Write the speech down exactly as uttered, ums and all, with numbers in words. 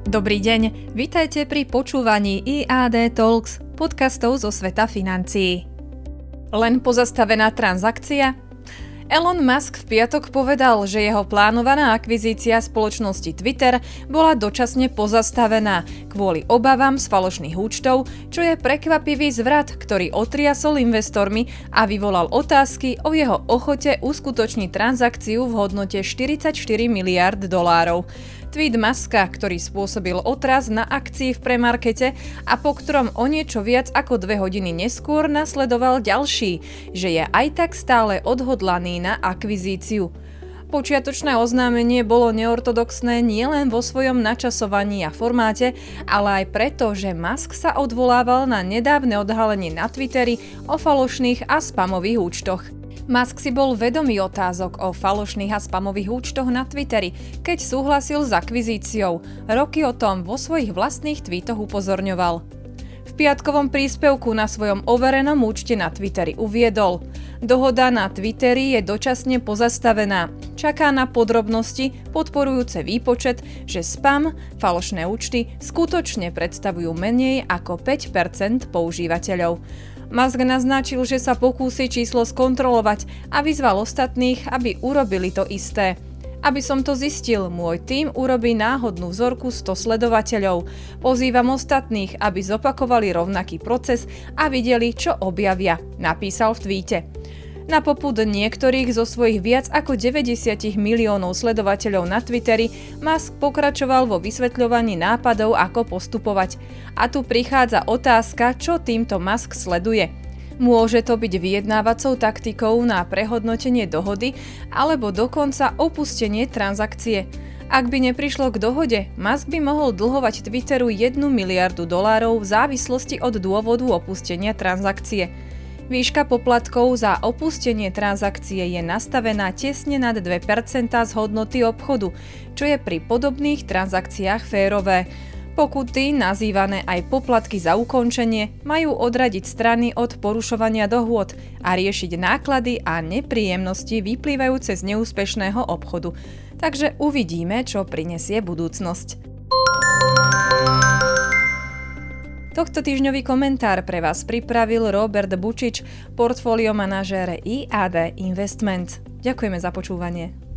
Dobrý deň, vitajte pri počúvaní í á dé Talks, podcastov zo sveta financií. Len pozastavená transakcia? Elon Musk v piatok povedal, že jeho plánovaná akvizícia spoločnosti Twitter bola dočasne pozastavená kvôli obavám z falošných účtov, čo je prekvapivý zvrat, ktorý otriasol investormi a vyvolal otázky o jeho ochote uskutočniť transakciu v hodnote štyridsaťštyri miliárd dolárov. Tweet Muska, ktorý spôsobil otras na akcii v premarkete a po ktorom o niečo viac ako dve hodiny neskôr nasledoval ďalší, že je aj tak stále odhodlaný na akvizíciu. Počiatočné oznámenie bolo neortodoxné nielen vo svojom načasovaní a formáte, ale aj preto, že Musk sa odvolával na nedávne odhalenie na Twitteri o falošných a spamových účtoch. Musk si bol vedomý otázok o falošných a spamových účtoch na Twitteri, keď súhlasil s akvizíciou. Roky o tom vo svojich vlastných tweetoch upozorňoval. V piatkovom príspevku na svojom overenom účte na Twitteri uviedol: Dohoda na Twitteri je dočasne pozastavená. Čaká na podrobnosti podporujúce výpočet, že spam, falošné účty skutočne predstavujú menej ako päť percent používateľov. Musk naznačil, že sa pokúsi číslo skontrolovať a vyzval ostatných, aby urobili to isté. Aby som to zistil, môj tím urobí náhodnú vzorku sto sledovateľov. Pozývam ostatných, aby zopakovali rovnaký proces a videli, čo objavia, napísal v tweete. Na popud niektorých zo svojich viac ako deväťdesiat miliónov sledovateľov na Twitteri Musk pokračoval vo vysvetľovaní nápadov, ako postupovať. A tu prichádza otázka, čo týmto Musk sleduje. Môže to byť vyjednávacou taktikou na prehodnotenie dohody alebo dokonca opustenie transakcie. Ak by neprišlo k dohode, Musk by mohol dlhovať Twitteru jednu miliardu dolárov v závislosti od dôvodu opustenia transakcie. Výška poplatkov za opustenie transakcie je nastavená tesne nad dve percentá z hodnoty obchodu, čo je pri podobných transakciách férové. Pokuty, nazývané aj poplatky za ukončenie, majú odradiť strany od porušovania dohôd a riešiť náklady a nepríjemnosti vyplývajúce z neúspešného obchodu. Takže uvidíme, čo prinesie budúcnosť. Tohto týždňový komentár pre vás pripravil Robert Bučič, portfólio manažér í á dé Investment. Ďakujeme za počúvanie.